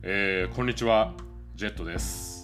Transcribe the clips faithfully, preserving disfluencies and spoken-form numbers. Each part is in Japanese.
えー、こんにちは、ジェットです。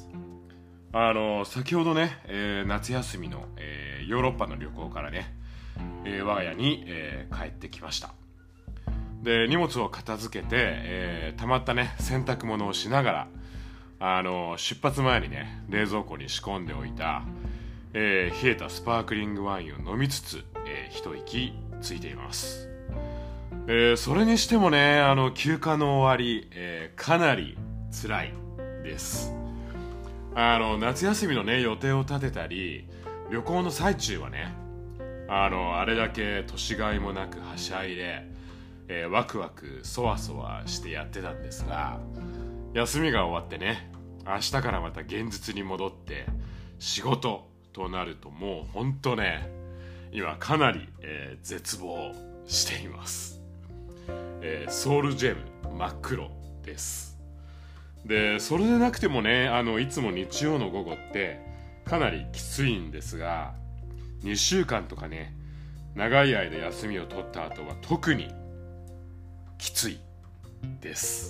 あの先ほどね、えー、夏休みの、えー、ヨーロッパの旅行からね、えー、我が家に、えー、帰ってきました。で、荷物を片付けて、えー、溜まったね洗濯物をしながら、あの出発前にね冷蔵庫に仕込んでおいた、えー、冷えたスパークリングワインを飲みつつ、えー、一息ついています。えー、それにしてもね、あの休暇の終わり、えー、かなり辛いです。あの夏休みのね予定を立てたり、旅行の最中はね、あのあれだけ年がいもなくはしゃいで、えー、ワクワクそわそわしてやってたんですが、休みが終わってね、明日からまた現実に戻って仕事となると、もうほんとね、今かなり、えー、絶望しています。えー、ソウルジェム真っ黒です。で、それでなくてもね、あのいつも日曜の午後ってかなりきついんですが、にしゅうかんとかね、長い間休みを取った後は特にきついです。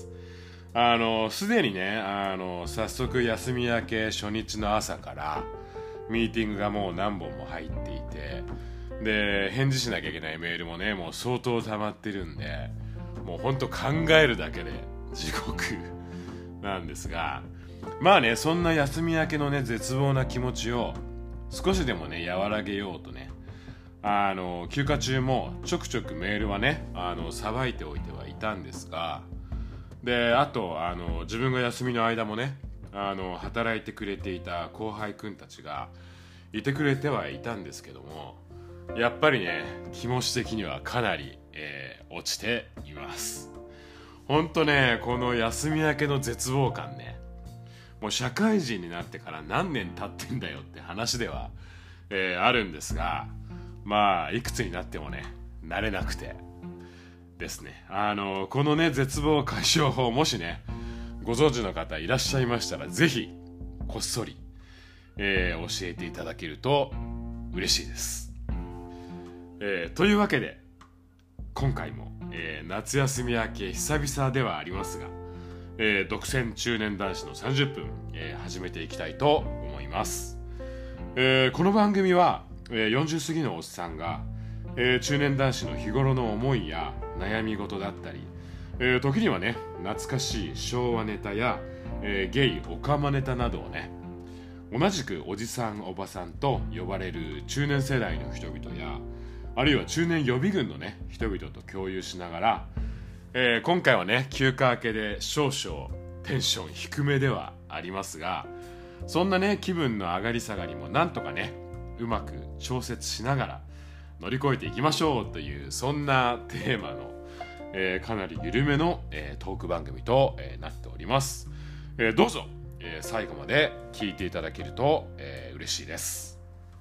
あのすでにね、あの早速休み明け初日の朝からミーティングがもう何本も入っていて、で返事しなきゃいけないメールもね、もう相当溜まってるんで、もうほんと考えるだけで地獄なんですが、まあね、そんな休み明けのね絶望な気持ちを少しでもね和らげようとね、あの休暇中もちょくちょくメールはね、あのさばいておいてはいたんですが、であとあの自分が休みの間もね、あの働いてくれていた後輩くんたちがいてくれてはいたんですけども、やっぱりね気持ち的にはかなり、えー、落ちています。ほんとね、この休み明けの絶望感ね、もう社会人になってから何年経ってんだよって話では、えー、あるんですが、まあいくつになってもね慣れなくてですね、あのこのね絶望解消法、もしねご存知の方いらっしゃいましたら、ぜひこっそり、えー、教えていただけると嬉しいです。えー、というわけで今回も、えー、夏休み明け久々ではありますが、えー、独占中年男子のさんじゅっぷん、えー、始めていきたいと思います。えー、この番組は、えー、よんじゅう過ぎのおっさんが、えー、中年男子の日頃の思いや悩み事だったり、えー、時にはね懐かしい昭和ネタや、えー、ゲイオカマネタなどをね、同じくおじさんおばさんと呼ばれる中年世代の人々や、あるいは中年予備軍のね人々と共有しながら、えー、今回はね休暇明けで少々テンション低めではありますが、そんなね気分の上がり下がりもなんとかねうまく調節しながら乗り越えていきましょうという、そんなテーマの、えー、かなり緩めの、えー、トーク番組と、えー、なっております。えー、どうぞ、えー、最後まで聞いていただけると、えー、嬉しいです。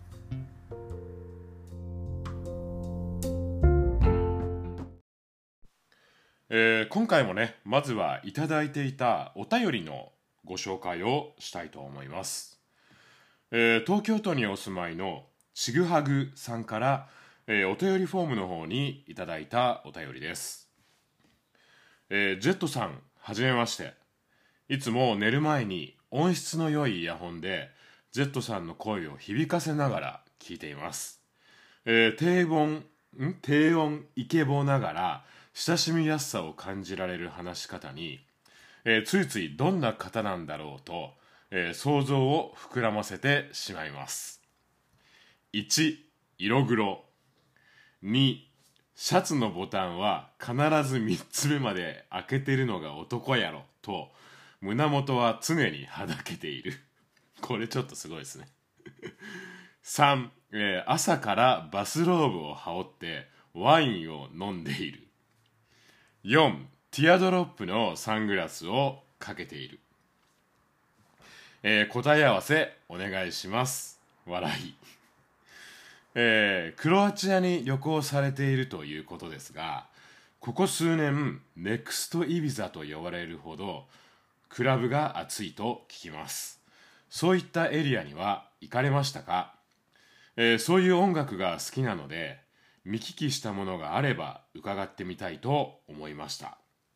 えー、今回もね、まずはいただいていたお便りのご紹介をしたいと思います。えー、東京都にお住まいのちぐはぐさんから、えー、お便りフォームの方にいただいたお便りです。えー、ジェットさん、はじめまして。いつも寝る前に音質の良いイヤホンでジェットさんの声を響かせながら聞いています。えー、低音、ん低音イケボながら親しみやすさを感じられる話し方に、えー、ついついどんな方なんだろうと、えー、想像を膨らませてしまいます。いち、色黒。に、シャツのボタンは必ずみっつめまで開けてるのが男やろと、胸元は常にはだけている。これちょっとすごいですね。さん、えー、朝からバスローブを羽織ってワインを飲んでいる。よん、ティアドロップのサングラスをかけている。えー、答え合わせお願いします。笑い。えー、クロアチアに旅行されているということですが、ここ数年ネクストイビザと呼ばれるほどクラブが熱いと聞きます。そういったエリアには行かれましたか？えー、そういう音楽が好きなので見聞きしたものがあれば伺ってみたいと思いました。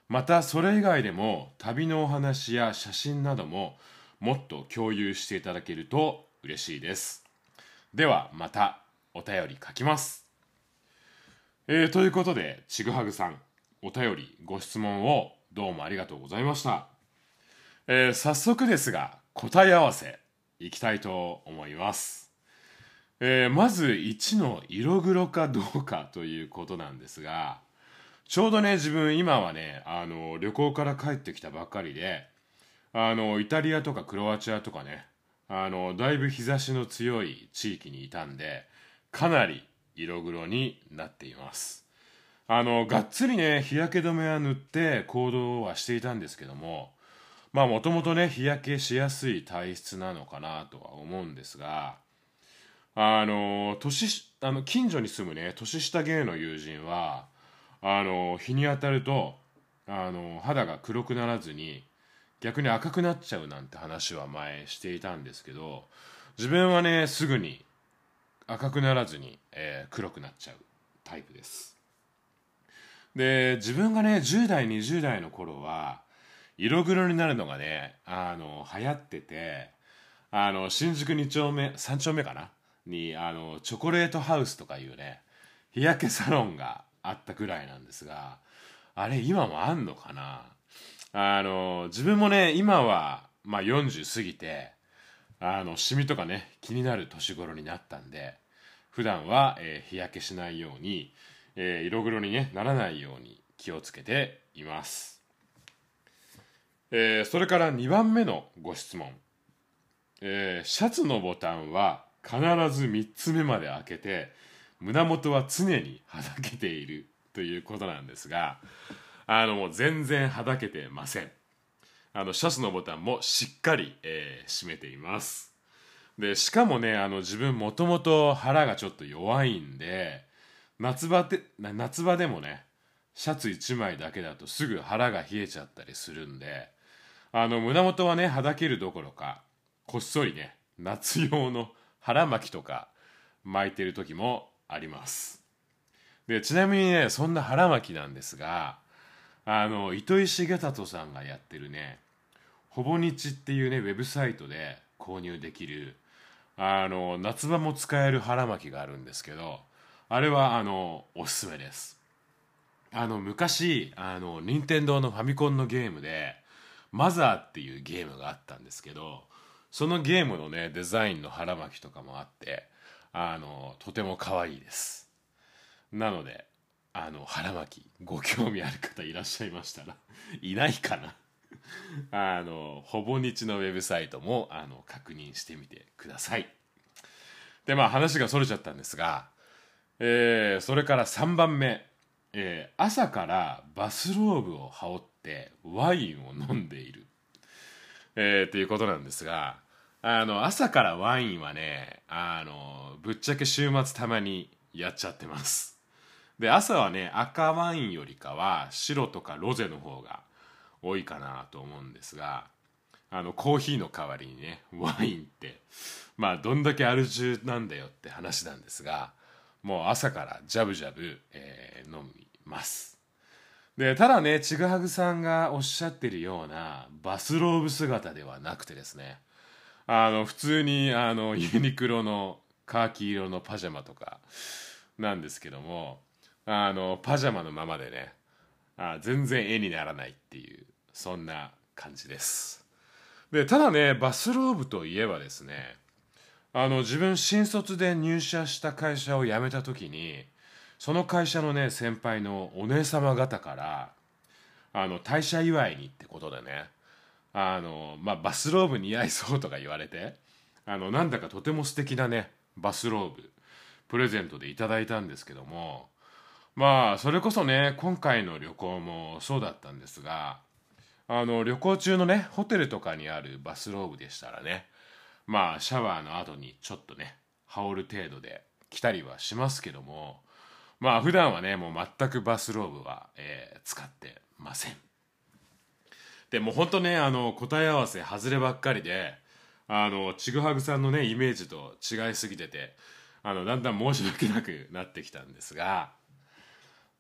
またそれ以外でも旅のお話や写真などももっと共有していただけると嬉しいです。ではまたお便り書きます。えー、ということでちぐはぐさん、お便りご質問をどうもありがとうございました。えー、早速ですが答え合わせいきたいと思います。えー、まずいちの色黒かどうかということなんですが、ちょうどね自分今はねあの旅行から帰ってきたばっかりで、あのイタリアとかクロアチアとかね、あのだいぶ日差しの強い地域にいたんで、かなり色黒になっています。あのがっつりね日焼け止めは塗って行動はしていたんですけども、まあもともとね日焼けしやすい体質なのかなとは思うんですが、あの年あの近所に住むね年下ゲイの友人はあの日に当たるとあの肌が黒くならずに逆に赤くなっちゃうなんて話は前していたんですけど、自分はねすぐに赤くならずに、えー黒くなっちゃうタイプです。で自分がねじゅう代にじゅう代の頃は色黒になるのがねあの流行ってて、あの新宿に丁目さん丁目かなにあのチョコレートハウスとかいうね日焼けサロンがあったくらいなんですが、あれ今もあんのかな。あの自分もね今は、まあ、よんじゅう過ぎてあのシミとかね気になる年頃になったんで、普段は、えー日焼けしないように、えー色黒に、ね、ならないように気をつけています。えーそれからにばんめのご質問、えーシャツのボタンは必ずみっつめまで開けて胸元は常にはだけているということなんですが、あのもう全然はだけてません。あのシャツのボタンもしっかり、えー閉めています。でしかもねあの自分もともと腹がちょっと弱いんで、夏場でな夏場でもねシャツいちまいだけだとすぐ腹が冷えちゃったりするんで、あの胸元はねはだけるどころかこっそりね夏用の腹巻きとか巻いてる時もあります。でちなみにねそんな腹巻きなんですが、あの糸井重里さんがやってるねほぼ日っていうねウェブサイトで購入できるあの夏場も使える腹巻きがあるんですけど、あれはあのおすすめです。あの昔あの任天堂のファミコンのゲームでマザーっていうゲームがあったんですけど、そのゲームのねデザインの腹巻きとかもあって、あのとても可愛いです。なのであの腹巻きご興味ある方いらっしゃいましたらいないかなあのほぼ日のウェブサイトもあの確認してみてください。でまあ話がそれちゃったんですが、えーそれからさんばんめ、えー朝からバスローブを羽織ってワインを飲んでいる、えー、っていうことなんですが、あの朝からワインはねあのぶっちゃけ週末たまにやっちゃってます。で朝はね赤ワインよりかは白とかロゼの方が多いかなと思うんですが、あのコーヒーの代わりにねワインってまあどんだけアル中なんだよって話なんですが、もう朝からジャブジャブ、えー飲みます。でただねちぐはぐさんがおっしゃってるようなバスローブ姿ではなくてですね、あの普通にあのユニクロのカーキ色のパジャマとかなんですけども、あのパジャマのままでねあ全然絵にならないっていうそんな感じです。でただねバスローブといえばですね、あの自分新卒で入社した会社を辞めた時にその会社のね先輩のお姉様方からあの退社祝いにってことでね、あの、まあ、バスローブ似合いそうとか言われて、あのなんだかとても素敵なねバスローブプレゼントでいただいたんですけども、まあそれこそね今回の旅行もそうだったんですが、あの旅行中のねホテルとかにあるバスローブでしたらね、まあシャワーの後にちょっとね羽織る程度で着たりはしますけども、まあ普段はねもう全くバスローブは、えー使ってません。でもうほんとねあの答え合わせ外ればっかりで、あのちぐはぐさんのねイメージと違いすぎてて、あのだんだん申し訳なくなってきたんですが、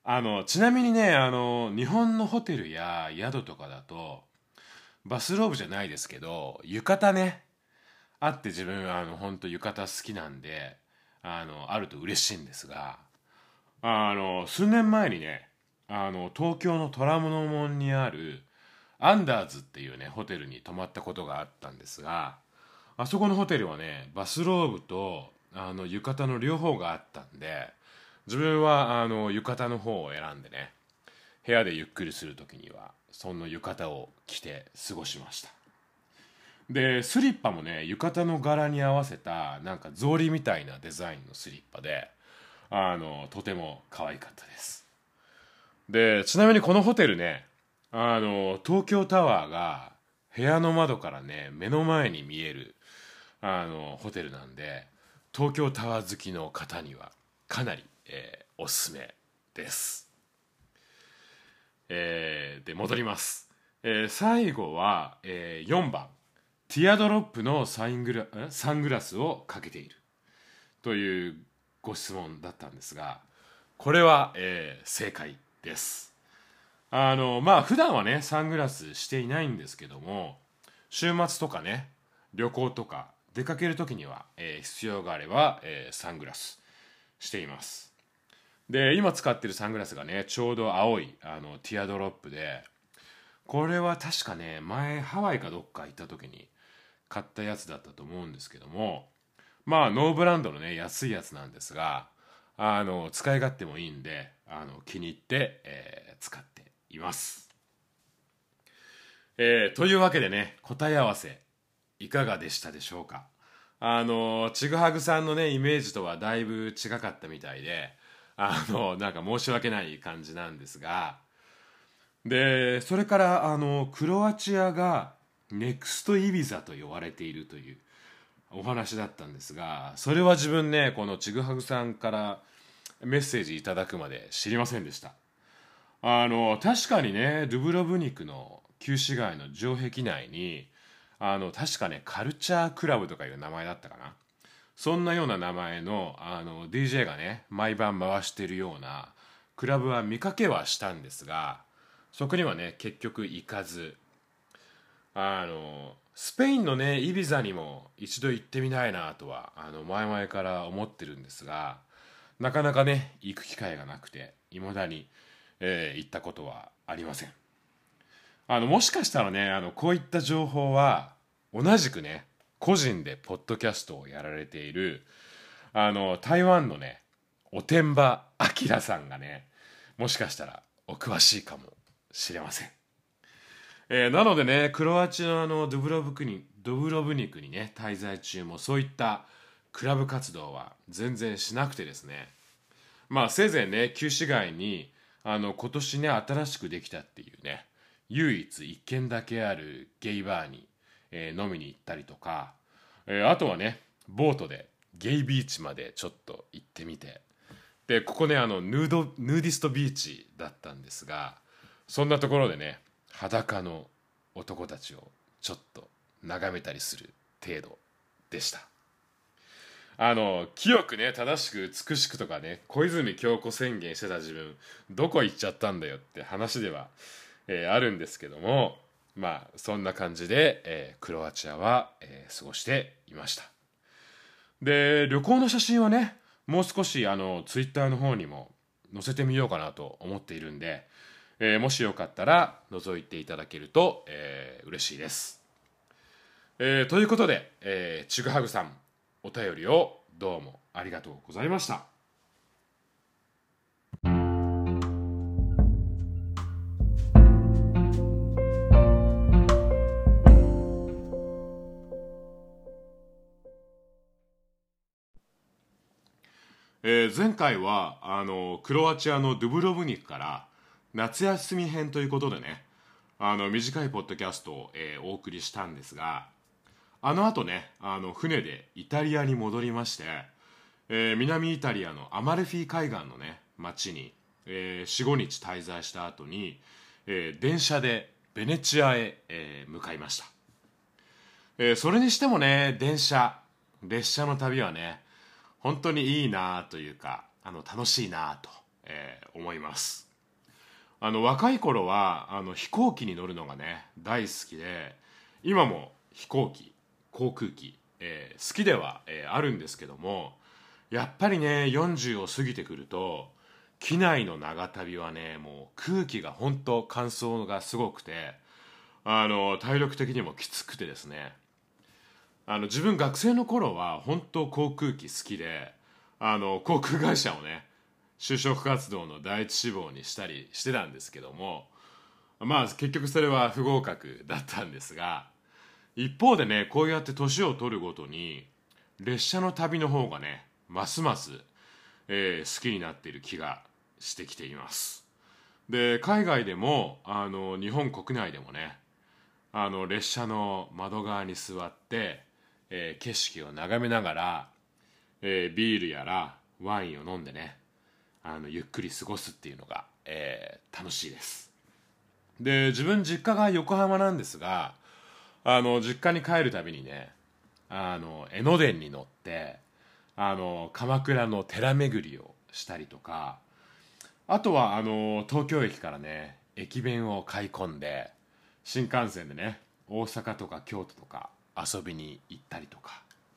あのちなみにね、あの日本のホテルや宿とかだとバスローブじゃないですけど浴衣ね、あって自分はあの本当浴衣好きなんで、あのあると嬉しいんですが、あの数年前にね、あの東京の虎ノ門にあるアンダーズっていうねホテルに泊まったことがあったんですが、あそこのホテルはねバスローブとあの浴衣の両方があったんで、自分はあの浴衣の方を選んでね、部屋でゆっくりするときにはその浴衣を着て過ごしました。でスリッパもね浴衣の柄に合わせたなんか草履みたいなデザインのスリッパで、あのとても可愛かったです。でちなみにこのホテルね、あの東京タワーが部屋の窓からね目の前に見えるあのホテルなんで、東京タワー好きの方にはかなり、えーおすすめです。えーで戻ります。えー最後は、えーよんばん、ティアドロップのサイングラサングラスをかけているというご質問だったんですが、これは、えー正解です。あのまあ普段はねサングラスしていないんですけども、週末とかね旅行とか出かけるときには、えー必要があれば、えーサングラスしています。で今使ってるサングラスがねちょうど青いあのティアドロップで、これは確かね前ハワイかどっか行った時に買ったやつだったと思うんですけども、まあノーブランドのね安いやつなんですが、あの使い勝手もいいんで、あの気に入って、えー使っています。えーというわけでね、答え合わせいかがでしたでしょうか。あのちぐはぐさんのねイメージとはだいぶ違かったみたいで、あのなんか申し訳ない感じなんですが、でそれからあのクロアチアがネクストイビザと呼ばれているというお話だったんですが、それは自分ねこのちぐはぐさんからメッセージいただくまで知りませんでした。あの確かにねドゥブロブニクの旧市街の城壁内に、あの確かねカルチャークラブとかいう名前だったかな、そんなような名前の、あの ディージェー がね毎晩回してるようなクラブは見かけはしたんですが、そこにはね結局行かず、あのスペインのねイビザにも一度行ってみたいなとはあの前々から思ってるんですが、なかなかね行く機会がなくていまだに、えー行ったことはありません。あのもしかしたらね、あのこういった情報は同じくね個人でポッドキャストをやられているあの台湾のねおてんばあきらさんがね、もしかしたらお詳しいかもしれません。えーなのでねクロアチアのあのドゥブロブクにドブロブニクにね滞在中もそういったクラブ活動は全然しなくてですね、まあせいぜいね旧市街にあの今年ね新しくできたっていうね唯一一軒だけあるゲイバーに、えー飲みに行ったりとか、えーあとはねボートでゲイビーチまでちょっと行ってみて、でここねあのヌードヌーディストビーチだったんですが、そんなところでね裸の男たちをちょっと眺めたりする程度でした。あの清くね正しく美しくとかね小泉京子宣言してた自分どこ行っちゃったんだよって話では、えーあるんですけども、まあそんな感じで、えークロアチアは、えー過ごしていました。で旅行の写真はねもう少しあのツイッターの方にも載せてみようかなと思っているんで、えーもしよかったら覗いていただけると、えー嬉しいです。えーということで、えーちぐはぐさんお便りをどうもありがとうございました。えー前回はあのクロアチアのドゥブロブニクから夏休み編ということでね、あの短いポッドキャストを、えーお送りしたんですが、あの後ねあの船でイタリアに戻りまして、えー南イタリアのアマルフィ海岸のね町に、えー、よん、ごにち滞在した後に、えー電車でベネチアへ、えー向かいました。えーそれにしてもね電車列車の旅はね本当にいいなというか、あの楽しいなとえー思います。あの若い頃はあの飛行機に乗るのがね大好きで、今も飛行機航空機、えー好きでは、えーあるんですけども、やっぱりねよんじゅうを過ぎてくると機内の長旅はねもう空気が本当乾燥がすごくて、あの体力的にもきつくてですね、あの自分学生の頃は本当航空機好きで、あの航空会社をね就職活動の第一志望にしたりしてたんですけども、まあ結局それは不合格だったんですが、一方でねこうやって年を取るごとに列車の旅の方がねますます、えー好きになっている気がしてきています。で海外でもあの日本国内でもね、あの列車の窓側に座って、えー景色を眺めながら、えービールやらワインを飲んでね、あのゆっくり過ごすっていうのが、えー楽しいです。で自分実家が横浜なんですが、あの実家に帰るたびにね、あの江ノ電に乗ってあの鎌倉の寺巡りをしたりとか、あとはあの東京駅からね駅弁を買い込んで新幹線でね大阪とか京都とか遊びに行ったりとか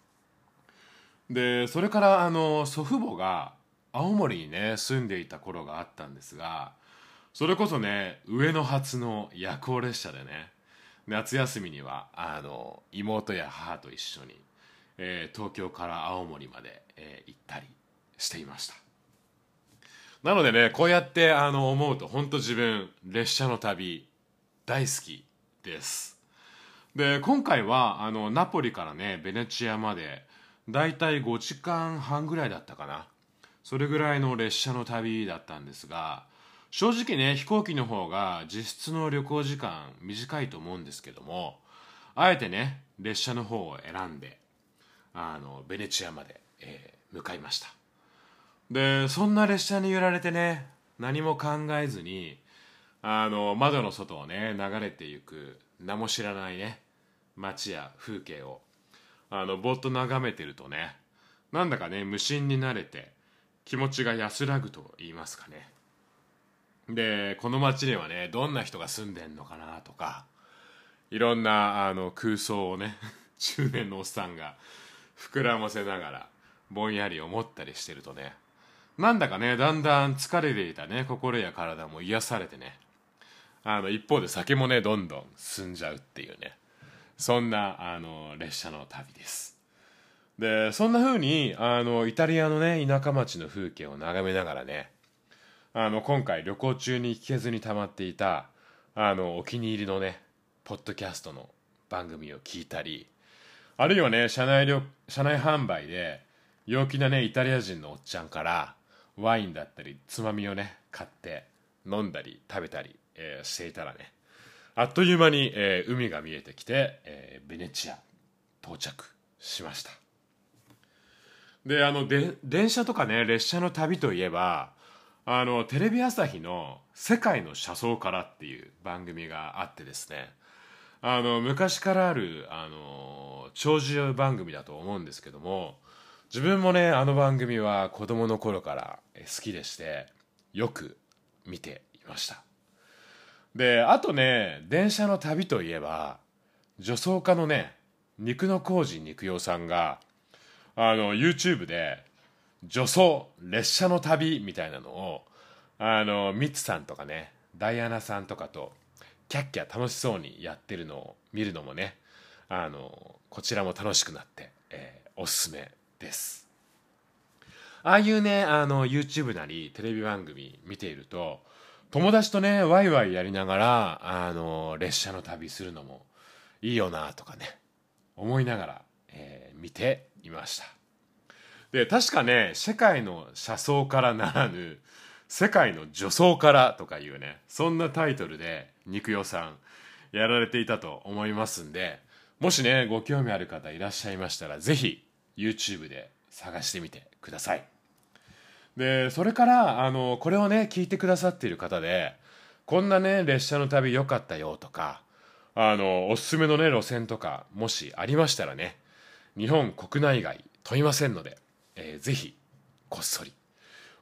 で、それからあの祖父母が青森にね住んでいた頃があったんですが、それこそね上野発の夜行列車でね夏休みにはあの妹や母と一緒に、えー東京から青森まで、えー行ったりしていました。なのでねこうやってあの思うと本当自分列車の旅大好きです。で今回はあのナポリからねベネチアまでだいたいごじかんはんぐらいだったかな、それぐらいの列車の旅だったんですが、正直ね飛行機の方が実質の旅行時間短いと思うんですけども、あえてね列車の方を選んであのベネチアまで、えー向かいました。でそんな列車に揺られてね何も考えずにあの窓の外をね流れていく名も知らないね街や風景をあのぼーっと眺めてるとね、なんだかね無心になれて気持ちが安らぐと言いますかね。でこの街にはねどんな人が住んでんのかなとか、いろんなあの空想をね中年のおっさんが膨らませながらぼんやり思ったりしてるとね、なんだかねだんだん疲れていたね心や体も癒されてね、あの一方で酒もねどんどん進んじゃうっていうね、そんなあの列車の旅です。でそんな風にあのイタリアのね田舎町の風景を眺めながらね、あの今回旅行中に聞けずに溜まっていたあのお気に入りのねポッドキャストの番組を聞いたり、あるいはね車内旅車内販売で陽気なねイタリア人のおっちゃんからワインだったりつまみをね買って飲んだり食べたり、えーしていたらね、あっという間に、えー海が見えてきて、えーベネチア到着しました。であので電車とかね列車の旅といえば、あのテレビ朝日の「世界の車窓から」っていう番組があってですね、あの昔からあるあの長寿番組だと思うんですけども、自分もねあの番組は子供の頃から好きでしてよく見ていました。であとね電車の旅といえば女装家のね肉の工事肉代さんがあの YouTube で女装列車の旅みたいなのをあのミツさんとかねダイアナさんとかとキャッキャ楽しそうにやってるのを見るのもね、あのこちらも楽しくなって、えーおすすめです。ああいうねあの YouTube なりテレビ番組見ていると友達とねワイワイやりながらあの列車の旅するのもいいよなとかね思いながら、えー見ていました。で確かね世界の車窓からならぬ世界の女装からとかいうねそんなタイトルで肉代さんやられていたと思いますんで、もしねご興味ある方いらっしゃいましたらぜひ YouTube で探してみてください。でそれからあのこれをね聞いてくださっている方でこんなね列車の旅良かったよとか、あのおすすめのね路線とかもしありましたらね、日本国内外問いませんので、えーぜひこっそり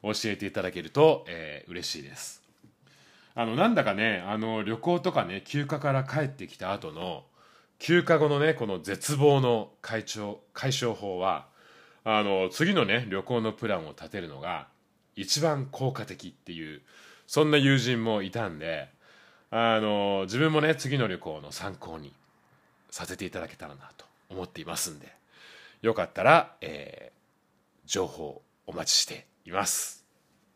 教えていただけると、えー、嬉しいです。あのなんだかね、あの旅行とかね、休暇から帰ってきた後の休暇後のね、この絶望の解消解消法は、あの次のね旅行のプランを立てるのが一番効果的っていう、そんな友人もいたんで、あの自分もね次の旅行の参考にさせていただけたらなと思っていますんで、よかったら、えー、情報お待ちしています。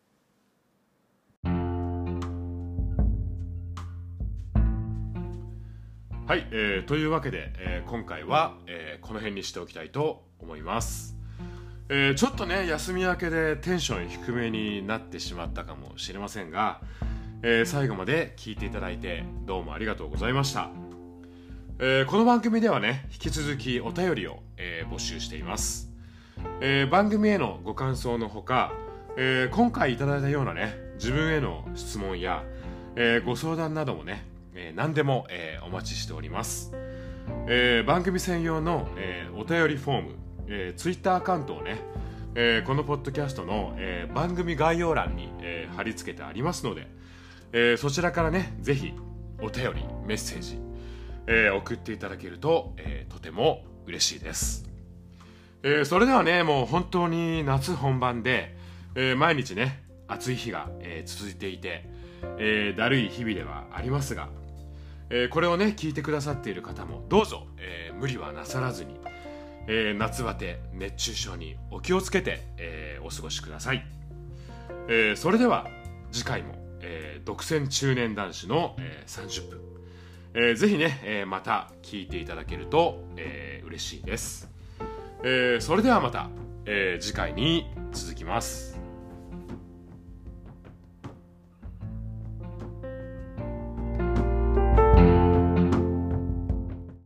はい、えー、というわけで、えー、今回は、えー、この辺にしておきたいと思います。えー、ちょっとね休み明けでテンション低めになってしまったかもしれませんが、えー、最後まで聞いていただいてどうもありがとうございました。えー、この番組ではね引き続きお便りを、えー、募集しています。えー、番組へのご感想のほか、えー、今回いただいたようなね自分への質問や、えー、ご相談などもね、えー、何でも、えー、お待ちしております。えー、番組専用の、えー、お便りフォーム、えー、ツイッターアカウントをね、えー、このポッドキャストの、えー、番組概要欄に、えー、貼り付けてありますので、えー、そちらからねぜひお便りメッセージ、えー、送っていただけると、えー、とても嬉しいです。えー、それではねもう本当に夏本番で、えー、毎日ね暑い日が、えー、続いていて、えー、だるい日々ではありますが、えー、これをね聞いてくださっている方もどうぞ、えー、無理はなさらずに、えー、夏バテ熱中症にお気をつけて、えー、お過ごしください。えー、それでは次回も、えー、独占中年男子の、えー、さんじゅっぷん、えー、ぜひね、えー、また聞いていただけると、えー、嬉しいです。えー、それではまた、えー、次回に続きます。